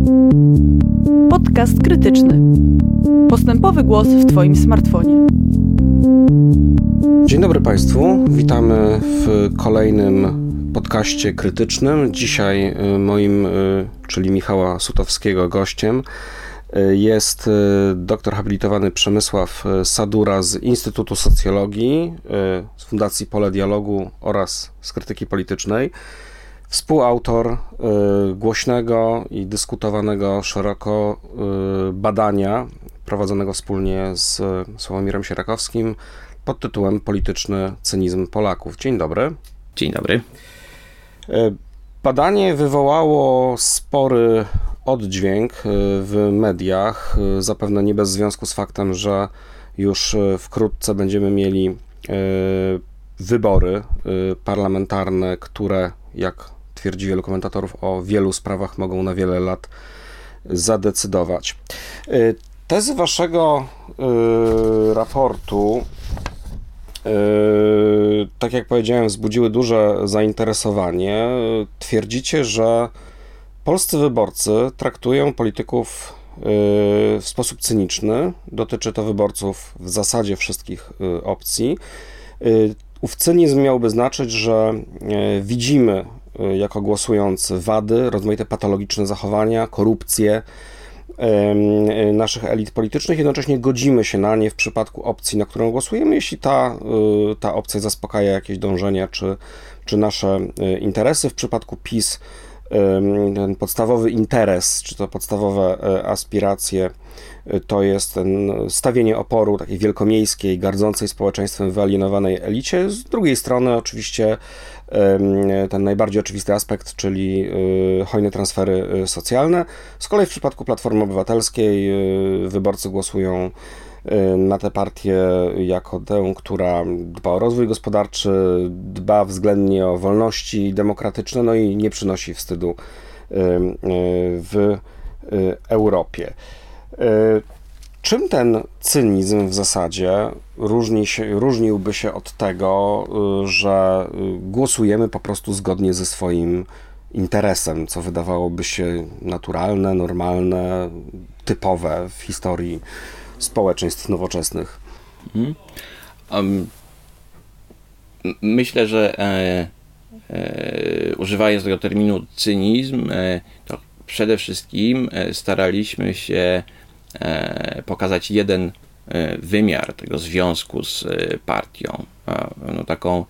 Podcast krytyczny. Postępowy głos w Twoim smartfonie. Dzień dobry Państwu. Witamy w kolejnym podcaście krytycznym. Dzisiaj moim, czyli Michała Sutowskiego, gościem jest doktor habilitowany Przemysław Sadura z Instytutu Socjologii, z Fundacji Pole Dialogu oraz z Krytyki Politycznej. Współautor głośnego i dyskutowanego szeroko badania prowadzonego wspólnie z Sławomirem Sierakowskim pod tytułem Polityczny cynizm Polaków. Dzień dobry. Dzień dobry. Badanie wywołało spory oddźwięk w mediach, zapewne nie bez związku z faktem, że już wkrótce będziemy mieli wybory parlamentarne, które, jak twierdzi wielu komentatorów, o wielu sprawach mogą na wiele lat zadecydować. Tezy waszego raportu, tak jak powiedziałem, wzbudziły duże zainteresowanie. Twierdzicie, że polscy wyborcy traktują polityków w sposób cyniczny. Dotyczy to wyborców w zasadzie wszystkich opcji. Ów cynizm miałby znaczyć, że widzimy jako głosujący wady, rozmaite patologiczne zachowania, korupcję naszych elit politycznych, jednocześnie godzimy się na nie w przypadku opcji, na którą głosujemy, jeśli ta opcja zaspokaja jakieś dążenia czy nasze interesy. W przypadku PiS ten podstawowy interes, czy to podstawowe aspiracje, to jest stawienie oporu takiej wielkomiejskiej, gardzącej społeczeństwem wyalienowanej elicie. Z drugiej strony oczywiście ten najbardziej oczywisty aspekt, czyli hojne transfery socjalne. Z kolei w przypadku Platformy Obywatelskiej wyborcy głosują na tę partię jako tę, która dba o rozwój gospodarczy, dba względnie o wolności demokratyczne, no i nie przynosi wstydu w Europie. Czym ten cynizm w zasadzie różniłby się od tego, że głosujemy po prostu zgodnie ze swoim interesem, co wydawałoby się naturalne, normalne, typowe w historii społeczeństw nowoczesnych? Myślę, że używając tego terminu cynizm, to przede wszystkim staraliśmy się pokazać jeden wymiar tego związku z partią, taką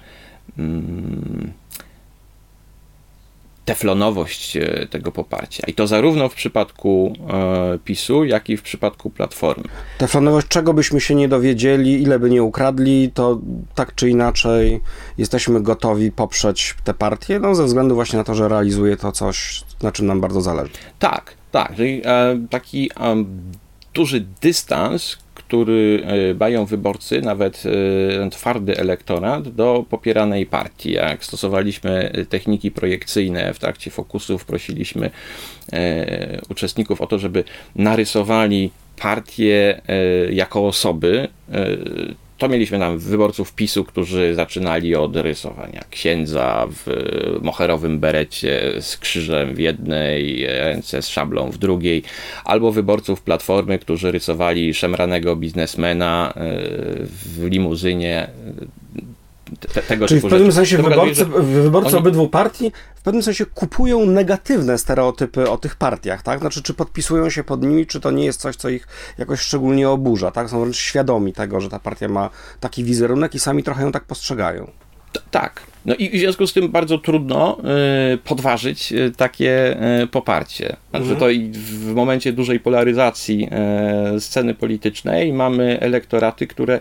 teflonowość tego poparcia. I to zarówno w przypadku PiS-u, jak i w przypadku Platformy. Teflonowość, czego byśmy się nie dowiedzieli, ile by nie ukradli, to tak czy inaczej jesteśmy gotowi poprzeć tę partię, ze względu właśnie na to, że realizuje to coś, na czym nam bardzo zależy. Tak. Czyli taki duży dystans, który mają wyborcy, nawet twardy elektorat, do popieranej partii. Jak stosowaliśmy techniki projekcyjne w trakcie fokusów, prosiliśmy uczestników o to, żeby narysowali partię jako osoby. To mieliśmy tam wyborców PiS-u, którzy zaczynali od rysowania księdza w moherowym berecie z krzyżem w jednej ręce, z szablą w drugiej, albo wyborców Platformy, którzy rysowali szemranego biznesmena w limuzynie. Czyli w pewnym sensie wyborcy obydwu partii w pewnym sensie kupują negatywne stereotypy o tych partiach, tak? Znaczy, czy podpisują się pod nimi, czy to nie jest coś, co ich jakoś szczególnie oburza, tak? Są wręcz świadomi tego, że ta partia ma taki wizerunek i sami trochę ją tak postrzegają. Tak. No i w związku z tym bardzo trudno podważyć takie poparcie. Znaczy to i w momencie dużej polaryzacji sceny politycznej mamy elektoraty, które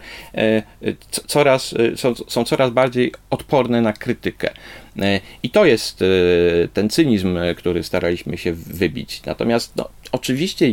są coraz bardziej odporne na krytykę. I to jest ten cynizm, który staraliśmy się wybić. Natomiast oczywiście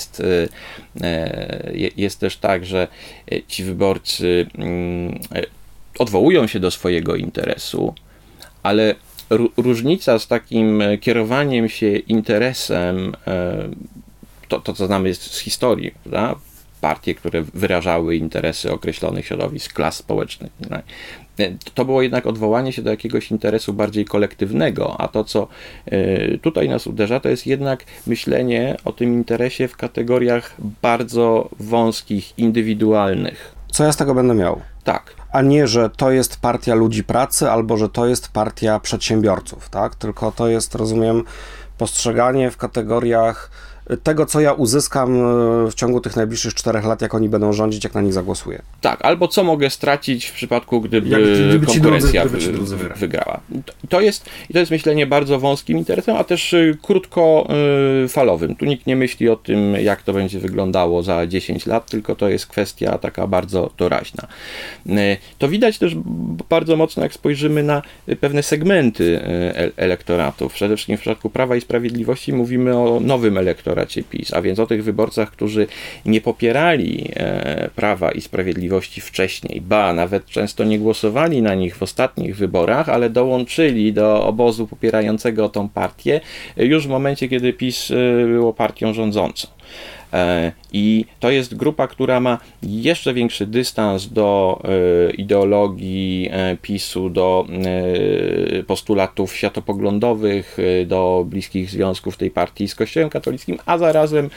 jest też tak, że ci wyborcy odwołują się do swojego interesu, ale różnica z takim kierowaniem się interesem, to co znamy z historii, prawda? partie, które wyrażały interesy określonych środowisk, klas społecznych. To było jednak odwołanie się do jakiegoś interesu bardziej kolektywnego, a to, co tutaj nas uderza, to jest jednak myślenie o tym interesie w kategoriach bardzo wąskich, indywidualnych. Co ja z tego będę miał? Tak. A nie, że to jest partia ludzi pracy, albo że to jest partia przedsiębiorców, tak? Tylko to jest, rozumiem, postrzeganie w kategoriach tego, co ja uzyskam w ciągu tych najbliższych 4 lat, jak oni będą rządzić, jak na nich zagłosuję. Tak, albo co mogę stracić w przypadku, gdyby konkurencja wygrała. To jest myślenie bardzo wąskim interesem, a też krótkofalowym. Tu nikt nie myśli o tym, jak to będzie wyglądało za 10 lat, tylko to jest kwestia taka bardzo doraźna. To widać też bardzo mocno, jak spojrzymy na pewne segmenty elektoratów. Przede wszystkim w przypadku Prawa i Sprawiedliwości mówimy o nowym elektoracie PiS, a więc o tych wyborcach, którzy nie popierali Prawa i Sprawiedliwości wcześniej, ba, nawet często nie głosowali na nich w ostatnich wyborach, ale dołączyli do obozu popierającego tą partię już w momencie, kiedy PiS było partią rządzącą. I to jest grupa, która ma jeszcze większy dystans do ideologii PiS-u, do postulatów światopoglądowych, do bliskich związków tej partii z Kościołem katolickim, a zarazem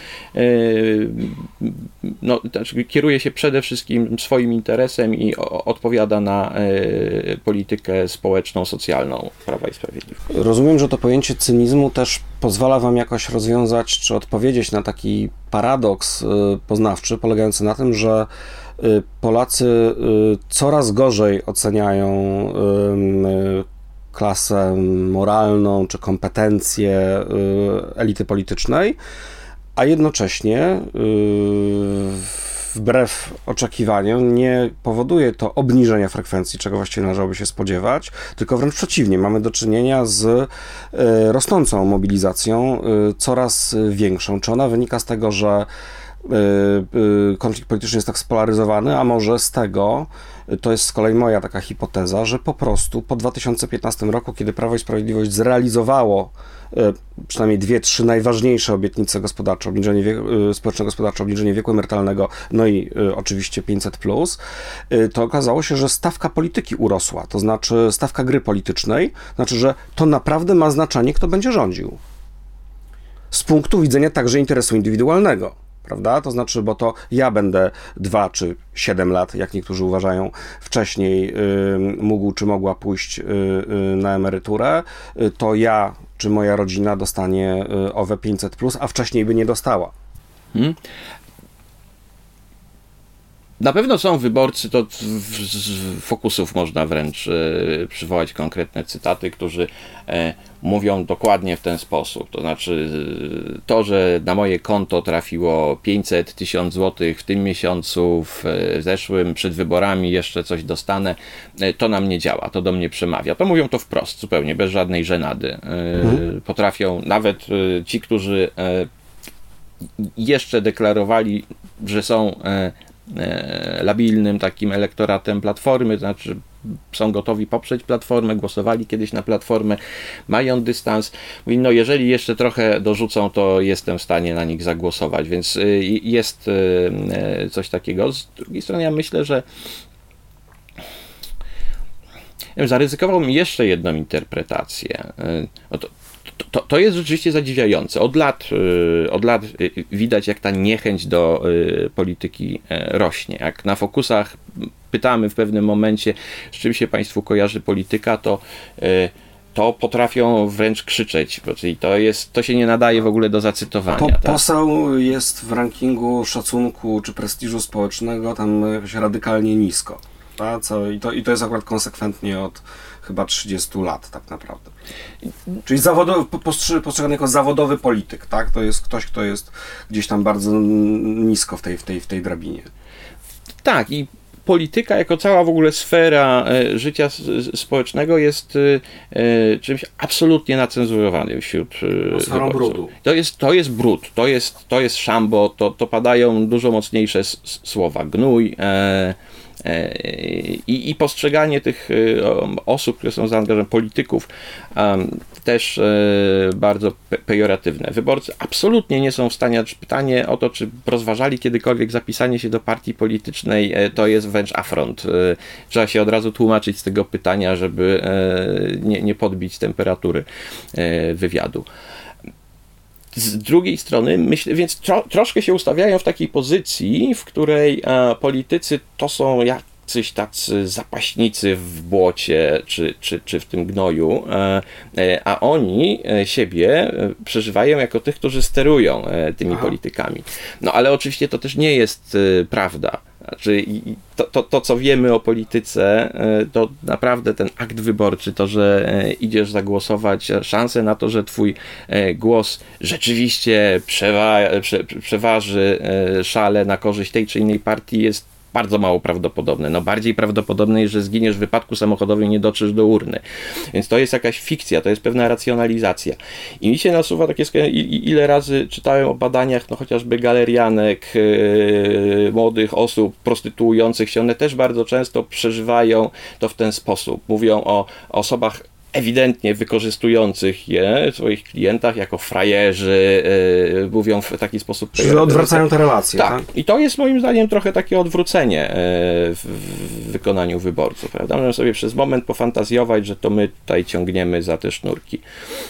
kieruje się przede wszystkim swoim interesem i odpowiada na politykę społeczną, socjalną Prawa i Sprawiedliwości. Rozumiem, że to pojęcie cynizmu też pozwala wam jakoś rozwiązać, czy odpowiedzieć na taki paradoks poznawczy, polegający na tym, że Polacy coraz gorzej oceniają klasę moralną czy kompetencje elity politycznej, a jednocześnie wbrew oczekiwaniom nie powoduje to obniżenia frekwencji, czego właściwie należałoby się spodziewać, tylko wręcz przeciwnie. Mamy do czynienia z rosnącą mobilizacją, coraz większą. Czy ona wynika z tego, że konflikt polityczny jest tak spolaryzowany, a może z tego, to jest z kolei moja taka hipoteza, że po prostu po 2015 roku, kiedy Prawo i Sprawiedliwość zrealizowało przynajmniej 2-3 najważniejsze obietnice gospodarcze, społeczno-gospodarcze, obniżenie wieku emerytalnego, no i oczywiście 500+, to okazało się, że stawka polityki urosła, to znaczy stawka gry politycznej, znaczy, że to naprawdę ma znaczenie, kto będzie rządził. Z punktu widzenia także interesu indywidualnego. Prawda? To znaczy, bo to ja będę 2 czy 7 lat, jak niektórzy uważają, wcześniej mógł czy mogła pójść na emeryturę, to ja czy moja rodzina dostanie owe 500+, a wcześniej by nie dostała. Na pewno są wyborcy, to z fokusów można wręcz przywołać konkretne cytaty, którzy mówią dokładnie w ten sposób. To znaczy to, że na moje konto trafiło 500 000 złotych w tym miesiącu, w zeszłym, przed wyborami jeszcze coś dostanę, to na mnie działa, to do mnie przemawia. To mówią to wprost, zupełnie, bez żadnej żenady. Potrafią nawet ci, którzy jeszcze deklarowali, że są labilnym takim elektoratem Platformy, to znaczy są gotowi poprzeć Platformę, głosowali kiedyś na Platformę, mają dystans, mówi, no jeżeli jeszcze trochę dorzucą, to jestem w stanie na nich zagłosować, więc jest coś takiego. Z drugiej strony ja myślę, że zaryzykowałbym jeszcze jedną interpretację. To jest rzeczywiście zadziwiające. Od lat widać, jak ta niechęć do polityki rośnie. Jak na fokusach pytamy w pewnym momencie, z czym się Państwu kojarzy polityka, to potrafią wręcz krzyczeć. Czyli to się nie nadaje w ogóle do zacytowania. Poseł jest w rankingu szacunku czy prestiżu społecznego tam jakoś radykalnie nisko. I to jest akurat konsekwentnie od chyba 30 lat tak naprawdę. Czyli postrzegany jako zawodowy polityk, tak? To jest ktoś, kto jest gdzieś tam bardzo nisko w tej drabinie. Tak, i polityka jako cała w ogóle sfera życia społecznego jest czymś absolutnie nacenzurowanym wśród sferą brudu. To jest brud, to jest szambo, to padają dużo mocniejsze słowa, gnój, i postrzeganie tych osób, które są zaangażowane, polityków, też bardzo pejoratywne. Wyborcy absolutnie nie są w stanie, pytanie o to, czy rozważali kiedykolwiek zapisanie się do partii politycznej, to jest wręcz afront. Trzeba się od razu tłumaczyć z tego pytania, żeby nie podbić temperatury wywiadu. Z drugiej strony, myślę, więc troszkę się ustawiają w takiej pozycji, w której politycy to są jacyś tacy zapaśnicy w błocie czy w tym gnoju, a oni siebie przeżywają jako tych, którzy sterują tymi politykami. No ale oczywiście to też nie jest prawda. Znaczy, to, co wiemy o polityce, to naprawdę ten akt wyborczy, to, że idziesz zagłosować, szanse na to, że twój głos rzeczywiście przeważy szale na korzyść tej czy innej partii, jest bardzo mało prawdopodobne. No bardziej prawdopodobne jest, że zginiesz w wypadku samochodowym i nie dotrzesz do urny. Więc to jest jakaś fikcja, to jest pewna racjonalizacja. I mi się nasuwa takie, ile razy czytałem o badaniach, no chociażby galerianek, młodych osób prostytuujących się, one też bardzo często przeżywają to w ten sposób. Mówią o osobach ewidentnie wykorzystujących je, swoich klientach, jako frajerzy, mówią w taki sposób... Czyli odwracają te relacje, tak? I to jest moim zdaniem trochę takie odwrócenie w wykonaniu wyborców, prawda? Możemy sobie przez moment pofantazjować, że to my tutaj ciągniemy za te sznurki.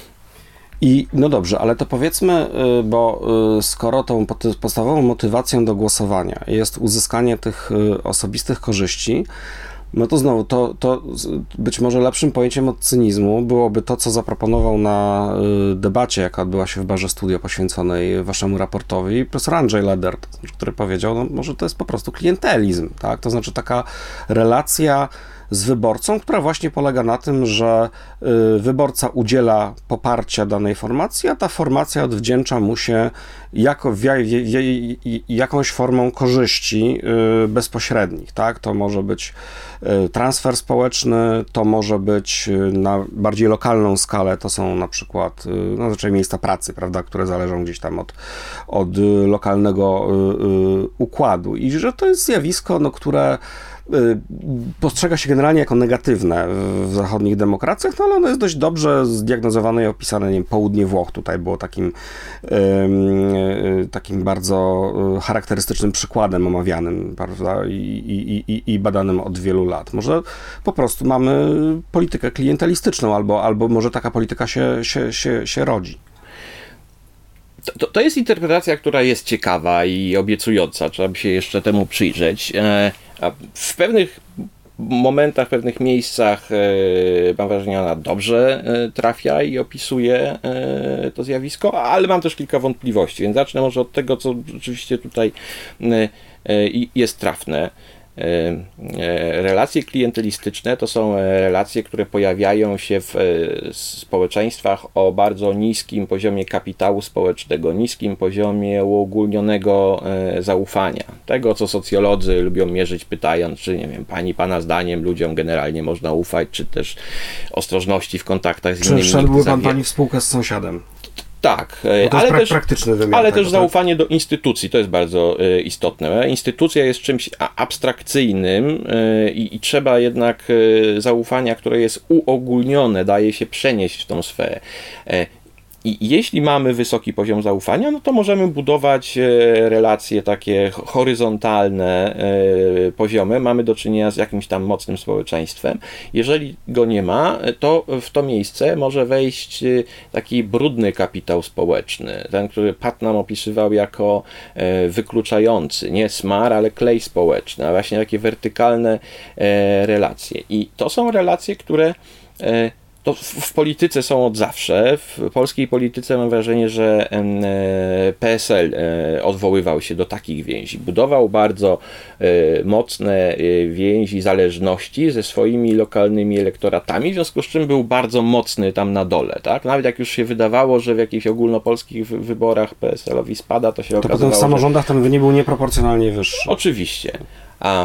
I no dobrze, ale to powiedzmy, bo skoro tą podstawową motywacją do głosowania jest uzyskanie tych osobistych korzyści, no to znowu, to być może lepszym pojęciem od cynizmu byłoby to, co zaproponował na debacie, jaka odbyła się w Barze Studio poświęconej waszemu raportowi, profesor Andrzej Leder, który powiedział, no może to jest po prostu klientelizm, tak? To znaczy taka relacja z wyborcą, która właśnie polega na tym, że wyborca udziela poparcia danej formacji, a ta formacja odwdzięcza mu się jakąś formą korzyści bezpośrednich, tak? To może być transfer społeczny, to może być na bardziej lokalną skalę, to są na przykład zazwyczaj miejsca pracy, prawda, które zależą gdzieś tam od lokalnego układu i że to jest zjawisko, no, które postrzega się generalnie jako negatywne w zachodnich demokracjach, no ale ono jest dość dobrze zdiagnozowane i opisane, nie wiem, południe Włoch tutaj było takim bardzo charakterystycznym przykładem omawianym, prawda, i badanym od wielu lat. Może po prostu mamy politykę klientelistyczną, albo może taka polityka się rodzi. To jest interpretacja, która jest ciekawa i obiecująca. Trzeba by się jeszcze temu przyjrzeć. A w pewnych momentach, w pewnych miejscach mam wrażenie, ona dobrze trafia i opisuje to zjawisko, ale mam też kilka wątpliwości, więc zacznę może od tego, co rzeczywiście tutaj jest trafne. Relacje klientelistyczne to są relacje, które pojawiają się w społeczeństwach o bardzo niskim poziomie kapitału społecznego, niskim poziomie uogólnionego zaufania. Tego, co socjolodzy lubią mierzyć, pytając, czy, nie wiem, pana zdaniem ludziom generalnie można ufać, czy też ostrożności w kontaktach z innymi. Czy szedłby pani w spółkę z sąsiadem? Tak, ale też praktyczny wymiar. Ale też zaufanie do instytucji, to jest bardzo istotne. Instytucja jest czymś abstrakcyjnym i trzeba jednak zaufania, które jest uogólnione, daje się przenieść w tą sferę. I jeśli mamy wysoki poziom zaufania, no to możemy budować relacje takie horyzontalne, poziome. Mamy do czynienia z jakimś tam mocnym społeczeństwem. Jeżeli go nie ma, to w to miejsce może wejść taki brudny kapitał społeczny. Ten, który Pat nam opisywał jako wykluczający. Nie smar, ale klej społeczny. A właśnie takie wertykalne relacje. I to są relacje, które to w polityce są od zawsze. W polskiej polityce mam wrażenie, że PSL odwoływał się do takich więzi. Budował bardzo mocne więzi zależności ze swoimi lokalnymi elektoratami, w związku z czym był bardzo mocny tam na dole. Tak? Nawet jak już się wydawało, że w jakichś ogólnopolskich wyborach PSL-owi spada, to się okazało, potem w samorządach ten wynik był nieproporcjonalnie wyższy. Oczywiście.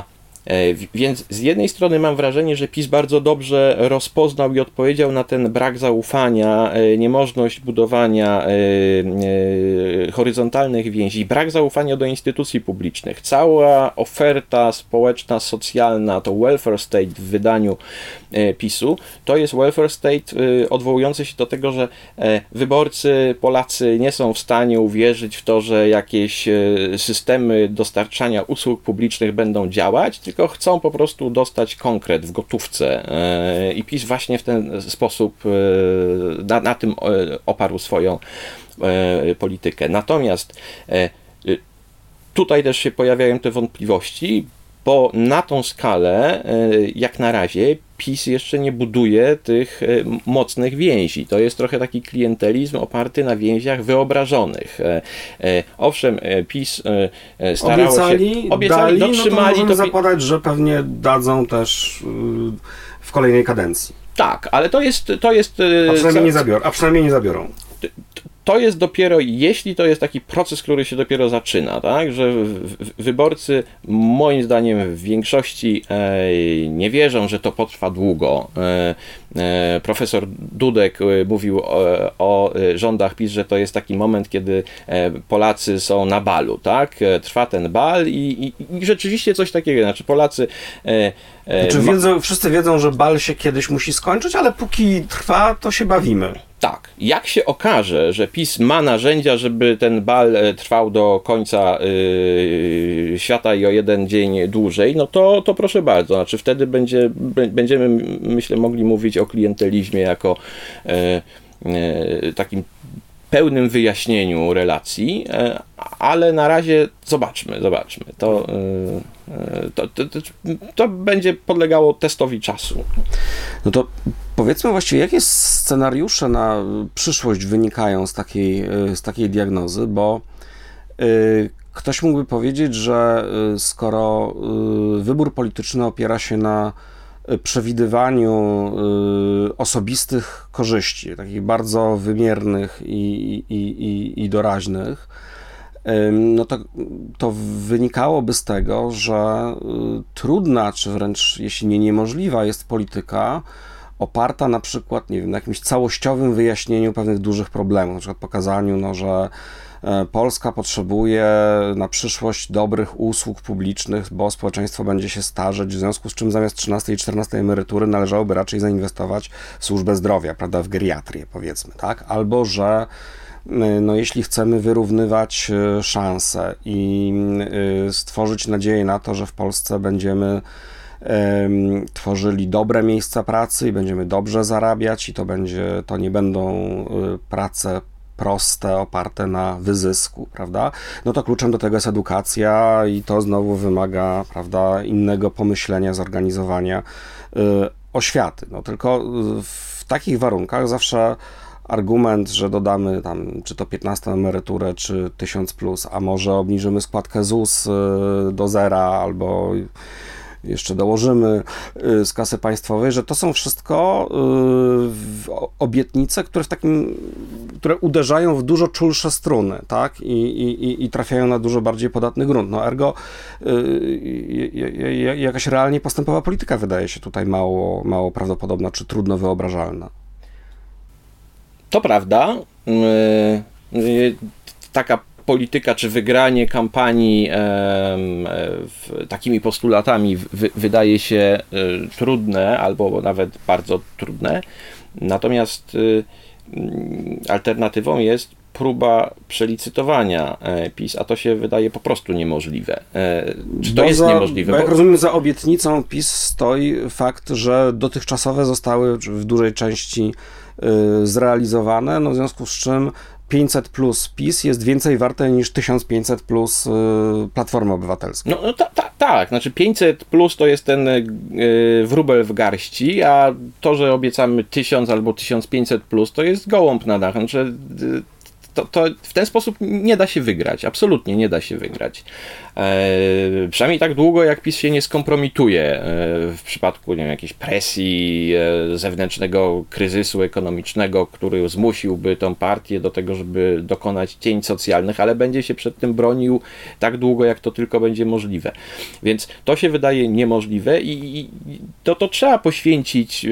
Więc z jednej strony mam wrażenie, że PiS bardzo dobrze rozpoznał i odpowiedział na ten brak zaufania, niemożność budowania horyzontalnych więzi, brak zaufania do instytucji publicznych. Cała oferta społeczna, socjalna, to welfare state w wydaniu PiS-u, to jest welfare state odwołujący się do tego, że wyborcy, Polacy nie są w stanie uwierzyć w to, że jakieś systemy dostarczania usług publicznych będą działać, tylko chcą po prostu dostać konkret w gotówce i PiS właśnie w ten sposób na tym oparł swoją politykę. Natomiast tutaj też się pojawiają te wątpliwości, bo na tą skalę, jak na razie, PiS jeszcze nie buduje tych mocnych więzi. To jest trochę taki klientelizm oparty na więziach wyobrażonych. Owszem, PiS starało się... Obiecali, dotrzymali. No to możemy zakładać, że pewnie dadzą też w kolejnej kadencji. Tak, ale to jest A przynajmniej nie zabiorą. To jest dopiero, jeśli to jest taki proces, który się dopiero zaczyna, tak, że wyborcy moim zdaniem w większości nie wierzą, że to potrwa długo. Profesor Dudek mówił o rządach PiS, że to jest taki moment, kiedy Polacy są na balu, tak? Trwa ten bal i rzeczywiście coś takiego, znaczy Polacy... Wszyscy wiedzą, że bal się kiedyś musi skończyć, ale póki trwa, to się bawimy. Tak. Jak się okaże, że PiS ma narzędzia, żeby ten bal trwał do końca świata i o jeden dzień dłużej, no to proszę bardzo. Znaczy wtedy będziemy, myślę, mogli mówić o klientelizmie jako takim pełnym wyjaśnieniu relacji, ale na razie zobaczmy. To będzie podlegało testowi czasu. No to powiedzmy właściwie, jakie scenariusze na przyszłość wynikają z takiej diagnozy, bo ktoś mógłby powiedzieć, że skoro wybór polityczny opiera się na przewidywaniu osobistych korzyści, takich bardzo wymiernych i doraźnych, no to wynikałoby z tego, że trudna, czy wręcz jeśli nie niemożliwa jest polityka oparta na przykład, nie wiem, na jakimś całościowym wyjaśnieniu pewnych dużych problemów, na przykład pokazaniu, że Polska potrzebuje na przyszłość dobrych usług publicznych, bo społeczeństwo będzie się starzeć, w związku z czym zamiast 13 i 14 emerytury należałoby raczej zainwestować w służbę zdrowia, prawda, w geriatrię, powiedzmy, tak? Albo, że jeśli chcemy wyrównywać szanse i stworzyć nadzieję na to, że w Polsce będziemy tworzyli dobre miejsca pracy i będziemy dobrze zarabiać i to nie będą prace proste, oparte na wyzysku, prawda? No to kluczem do tego jest edukacja i to znowu wymaga, prawda, innego pomyślenia, zorganizowania oświaty. No tylko w takich warunkach zawsze argument, że dodamy tam, czy to 15 emeryturę, czy 1000+, a może obniżymy składkę ZUS do zera, albo jeszcze dołożymy z kasy państwowej, że to są wszystko obietnice, które uderzają w dużo czulsze struny, tak? I trafiają na dużo bardziej podatny grunt. No ergo jakaś realnie postępowa polityka wydaje się tutaj mało prawdopodobna, czy trudno wyobrażalna. To prawda. Taka polityka, czy wygranie kampanii takimi postulatami wydaje się trudne, albo nawet bardzo trudne. Natomiast alternatywą jest próba przelicytowania PiS, a to się wydaje po prostu niemożliwe. Czy to jest niemożliwe? Bo jak rozumiem, za obietnicą PiS stoi fakt, że dotychczasowe zostały w dużej części zrealizowane, no w związku z czym 500+ PiS jest więcej warte niż 1500+ Platformy Obywatelskiej. No tak, znaczy 500+ to jest ten wróbel w garści, a to, że obiecamy 1000 albo 1500+, to jest gołąb na dach. Znaczy, to w ten sposób nie da się wygrać, absolutnie nie da się wygrać. Przynajmniej tak długo, jak PiS się nie skompromituje w przypadku, nie wiem, jakiejś presji, zewnętrznego kryzysu ekonomicznego, który zmusiłby tą partię do tego, żeby dokonać cięć socjalnych, ale będzie się przed tym bronił tak długo, jak to tylko będzie możliwe. Więc to się wydaje niemożliwe i to trzeba poświęcić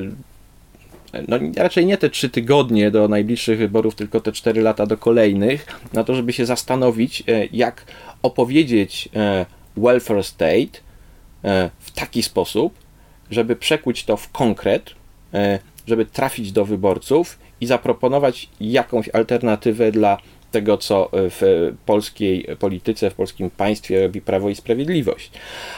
no raczej nie te 3 tygodnie do najbliższych wyborów, tylko te 4 lata do kolejnych, na to, żeby się zastanowić, jak opowiedzieć welfare state w taki sposób, żeby przekuć to w konkret, żeby trafić do wyborców i zaproponować jakąś alternatywę dla tego, co w polskiej polityce, w polskim państwie robi Prawo i Sprawiedliwość.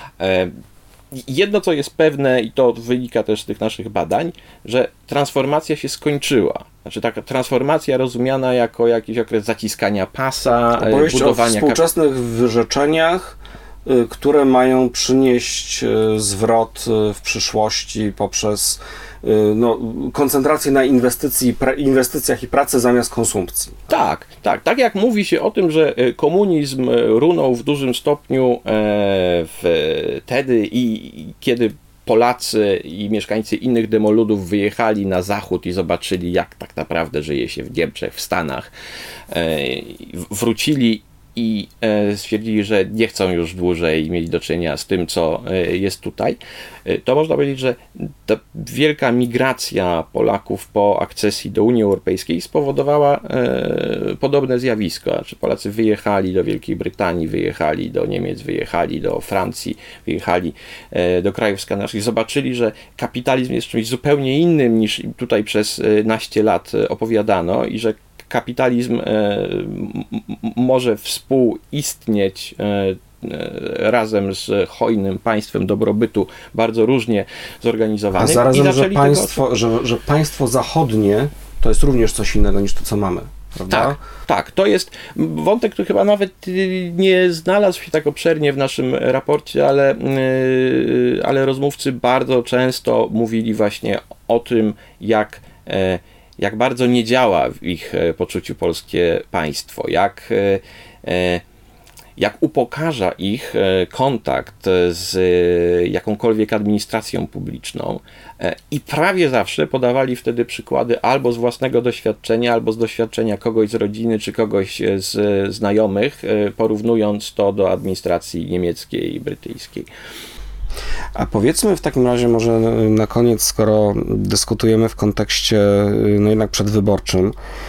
Jedno, co jest pewne, i to wynika też z tych naszych badań, że transformacja się skończyła. Znaczy taka transformacja rozumiana jako jakiś okres zaciskania pasa, budowania... o współczesnych wyrzeczeniach, które mają przynieść zwrot w przyszłości poprzez koncentrację na inwestycjach i pracy zamiast konsumpcji. Tak jak mówi się o tym, że komunizm runął w dużym stopniu wtedy i kiedy Polacy i mieszkańcy innych demoludów wyjechali na zachód i zobaczyli, jak tak naprawdę żyje się w Niemczech, w Stanach, wrócili i stwierdzili, że nie chcą już dłużej mieć do czynienia z tym, co jest tutaj, to można powiedzieć, że ta wielka migracja Polaków po akcesji do Unii Europejskiej spowodowała podobne zjawisko. Znaczy Polacy wyjechali do Wielkiej Brytanii, wyjechali do Niemiec, wyjechali do Francji, wyjechali do krajów skandynawskich, zobaczyli, że kapitalizm jest czymś zupełnie innym niż tutaj przez naście lat opowiadano i że kapitalizm może współistnieć razem z hojnym państwem dobrobytu bardzo różnie zorganizowanym. A zarazem, że państwo zachodnie to jest również coś innego niż to, co mamy. Prawda? Tak, to jest wątek, który chyba nawet nie znalazł się tak obszernie w naszym raporcie, ale rozmówcy bardzo często mówili właśnie o tym, jak bardzo nie działa w ich poczuciu polskie państwo, jak upokarza ich kontakt z jakąkolwiek administracją publiczną i prawie zawsze podawali wtedy przykłady albo z własnego doświadczenia, albo z doświadczenia kogoś z rodziny, czy kogoś z znajomych, porównując to do administracji niemieckiej i brytyjskiej. A powiedzmy w takim razie może na koniec, skoro dyskutujemy w kontekście jednak przedwyborczym,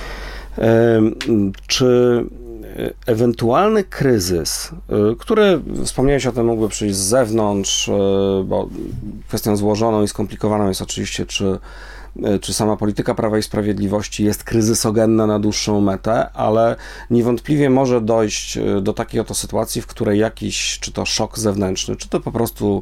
czy ewentualny kryzys, który, wspomniałeś o tym, mógłby przyjść z zewnątrz, bo kwestią złożoną i skomplikowaną jest oczywiście, czy sama polityka Prawa i Sprawiedliwości jest kryzysogenna na dłuższą metę, ale niewątpliwie może dojść do takiej oto sytuacji, w której jakiś, czy to szok zewnętrzny, czy to po prostu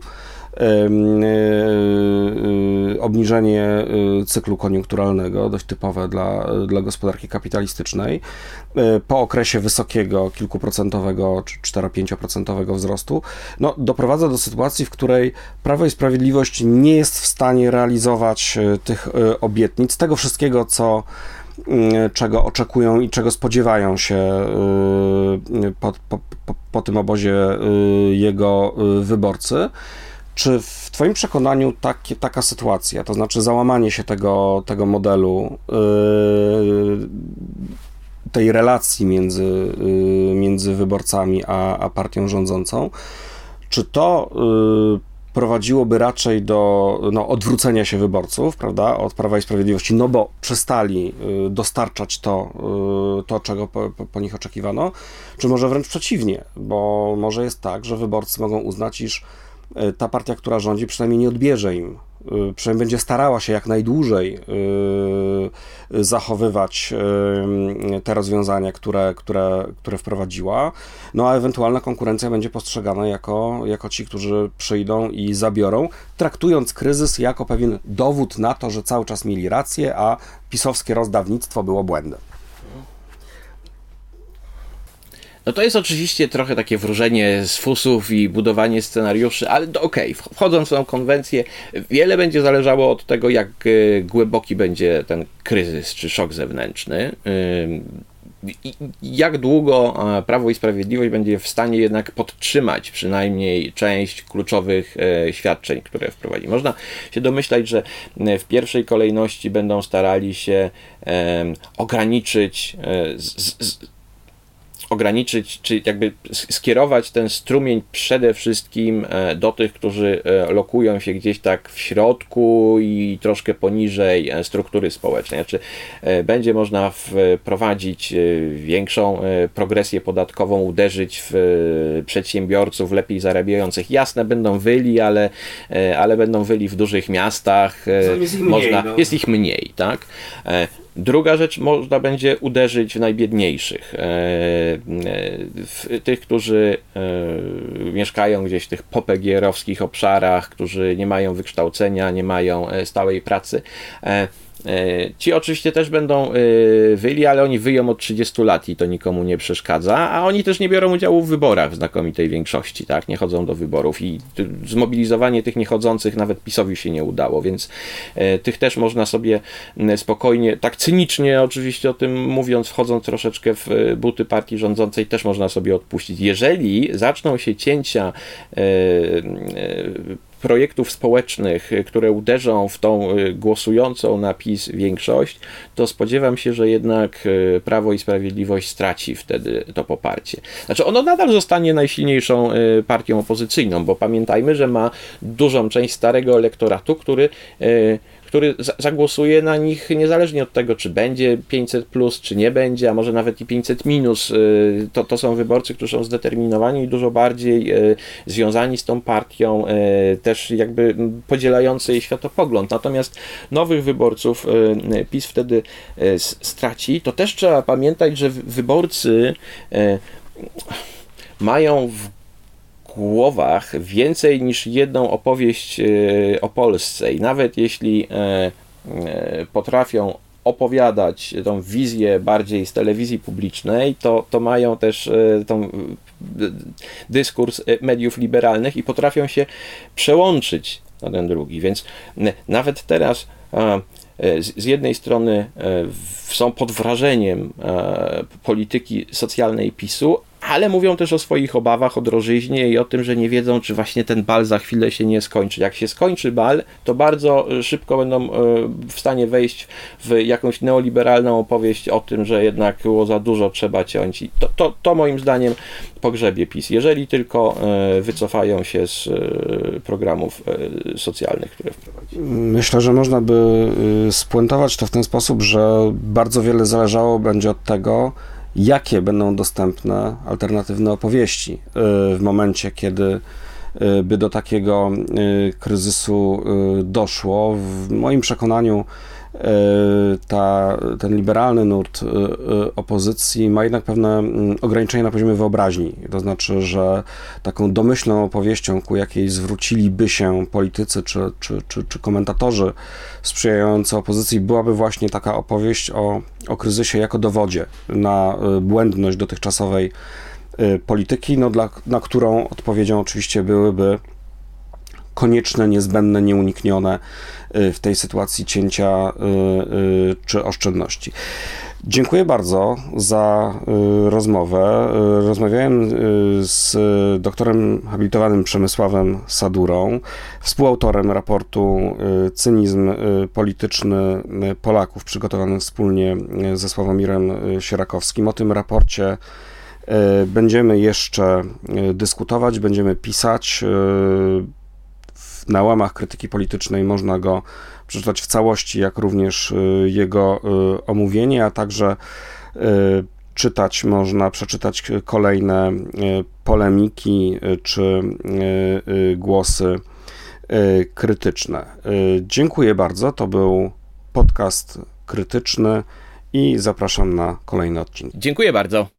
obniżenie cyklu koniunkturalnego, dość typowe dla gospodarki kapitalistycznej, po okresie wysokiego, kilkuprocentowego czy 4-5% wzrostu, doprowadza do sytuacji, w której Prawo i Sprawiedliwość nie jest w stanie realizować tych obietnic, tego wszystkiego, czego oczekują i czego spodziewają się po tym obozie jego wyborcy. Czy w Twoim przekonaniu taka sytuacja, to znaczy załamanie się tego modelu, tej relacji między wyborcami a partią rządzącą, czy to prowadziłoby raczej do odwrócenia się wyborców, prawda, od Prawa i Sprawiedliwości, bo przestali dostarczać to czego po nich oczekiwano, czy może wręcz przeciwnie, bo może jest tak, że wyborcy mogą uznać, iż ta partia, która rządzi, przynajmniej nie odbierze im, przynajmniej będzie starała się jak najdłużej zachowywać te rozwiązania, które wprowadziła, a ewentualna konkurencja będzie postrzegana jako ci, którzy przyjdą i zabiorą, traktując kryzys jako pewien dowód na to, że cały czas mieli rację, a pisowskie rozdawnictwo było błędem. To jest oczywiście trochę takie wróżenie z fusów i budowanie scenariuszy, ale wchodząc w tą konwencję, wiele będzie zależało od tego, jak głęboki będzie ten kryzys czy szok zewnętrzny. jak długo Prawo i Sprawiedliwość będzie w stanie jednak podtrzymać przynajmniej część kluczowych świadczeń, które wprowadzi. Można się domyślać, że w pierwszej kolejności będą starali się ograniczyć, czy jakby skierować ten strumień przede wszystkim do tych, którzy lokują się gdzieś tak w środku i troszkę poniżej struktury społecznej. Znaczy, będzie można wprowadzić większą progresję podatkową, uderzyć w przedsiębiorców lepiej zarabiających. Jasne, będą wyli, ale będą wyli w dużych miastach. Jest ich mniej, tak? Druga rzecz, można będzie uderzyć w najbiedniejszych, w tych, którzy mieszkają gdzieś w tych popegierowskich obszarach, którzy nie mają wykształcenia, nie mają stałej pracy. Ci oczywiście też będą wyli, ale oni wyją od 30 lat i to nikomu nie przeszkadza, a oni też nie biorą udziału w wyborach w znakomitej większości, tak? Nie chodzą do wyborów i zmobilizowanie tych niechodzących nawet PiS-owi się nie udało, więc tych też można sobie spokojnie, tak cynicznie oczywiście o tym mówiąc, wchodząc troszeczkę w buty partii rządzącej, też można sobie odpuścić. Jeżeli zaczną się cięcia projektów społecznych, które uderzą w tą głosującą na PiS większość, to spodziewam się, że jednak Prawo i Sprawiedliwość straci wtedy to poparcie. Znaczy ono nadal zostanie najsilniejszą partią opozycyjną, bo pamiętajmy, że ma dużą część starego elektoratu, który zagłosuje na nich niezależnie od tego, czy będzie 500+, czy nie będzie, a może nawet i 500-. To są wyborcy, którzy są zdeterminowani i dużo bardziej związani z tą partią, też jakby podzielający jej światopogląd. Natomiast nowych wyborców PiS wtedy straci. To też trzeba pamiętać, że wyborcy mają w głowach więcej niż jedną opowieść o Polsce i nawet jeśli potrafią opowiadać tą wizję bardziej z telewizji publicznej, to mają też tą dyskurs mediów liberalnych i potrafią się przełączyć na ten drugi, więc nawet teraz z jednej strony są pod wrażeniem polityki socjalnej PiS-u, ale mówią też o swoich obawach, o drożyźnie i o tym, że nie wiedzą, czy właśnie ten bal za chwilę się nie skończy. Jak się skończy bal, to bardzo szybko będą w stanie wejść w jakąś neoliberalną opowieść o tym, że jednak było za dużo, trzeba ciąć. I to moim zdaniem pogrzebie PiS, jeżeli tylko wycofają się z programów socjalnych, które wprowadzi. Myślę, że można by spuentować to w ten sposób, że bardzo wiele zależało będzie od tego, jakie będą dostępne alternatywne opowieści w momencie, kiedy by do takiego kryzysu doszło. W moim przekonaniu ten liberalny nurt opozycji ma jednak pewne ograniczenia na poziomie wyobraźni. To znaczy, że taką domyślną opowieścią, ku jakiej zwróciliby się politycy czy komentatorzy sprzyjający opozycji, byłaby właśnie taka opowieść o kryzysie jako dowodzie na błędność dotychczasowej polityki, na którą odpowiedzią oczywiście byłyby konieczne, niezbędne, nieuniknione w tej sytuacji cięcia czy oszczędności. Dziękuję bardzo za rozmowę. Rozmawiałem z doktorem habilitowanym Przemysławem Sadurą, współautorem raportu Cynizm polityczny Polaków, przygotowanym wspólnie ze Sławomirem Sierakowskim. O tym raporcie będziemy jeszcze dyskutować, będziemy pisać. Na łamach krytyki politycznej można go przeczytać w całości, jak również jego omówienie, a także przeczytać kolejne polemiki czy głosy krytyczne. Dziękuję bardzo. To był podcast krytyczny i zapraszam na kolejny odcinek. Dziękuję bardzo.